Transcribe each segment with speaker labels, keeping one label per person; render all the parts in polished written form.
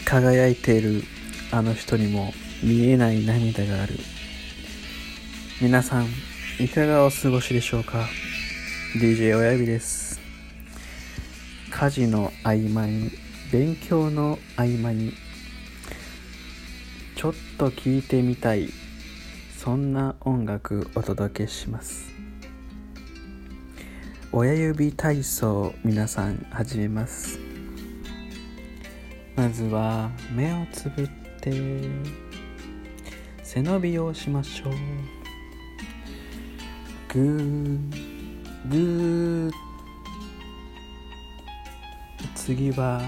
Speaker 1: 輝いているあの人にも見えない涙がある。皆さんいかがお過ごしでしょうか。 DJ 親指です。家事の合間に、勉強の合間にちょっと聴いてみたい、そんな音楽お届けします。親指体操、皆さん始めます。まずは目をつぶって背伸びをしましょう。ぐーぐー。次は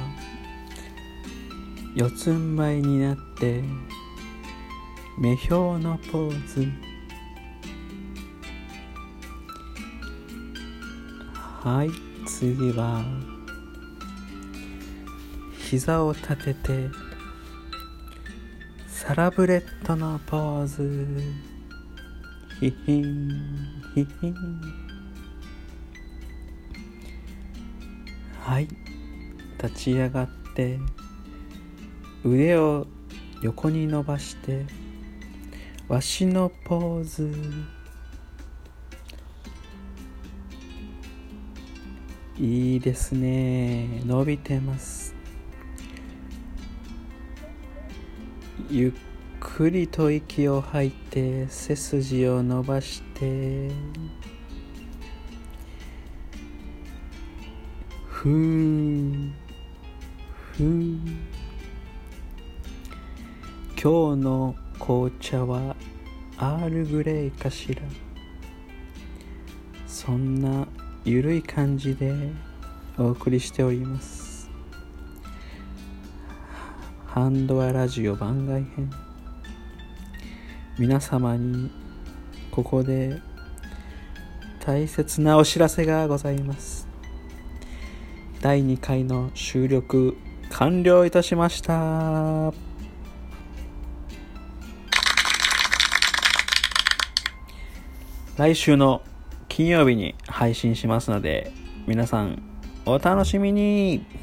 Speaker 1: 四つん這いになって目標のポーズ。はい、次は膝を立ててサラブレッドのポーズ。ヒヒンヒヒン。はい、立ち上がって腕を横に伸ばしてわしのポーズ。いいですね、伸びてます。ゆっくりと息を吐いて背筋を伸ばしてふーふー。今日の紅茶はアールグレイかしら。そんなゆるい感じでお送りしております。ハンドアラジオ番外編。皆様にここで大切なお知らせがございます。第2回の収録完了いたしました。来週の金曜日に配信しますので、皆さんお楽しみに。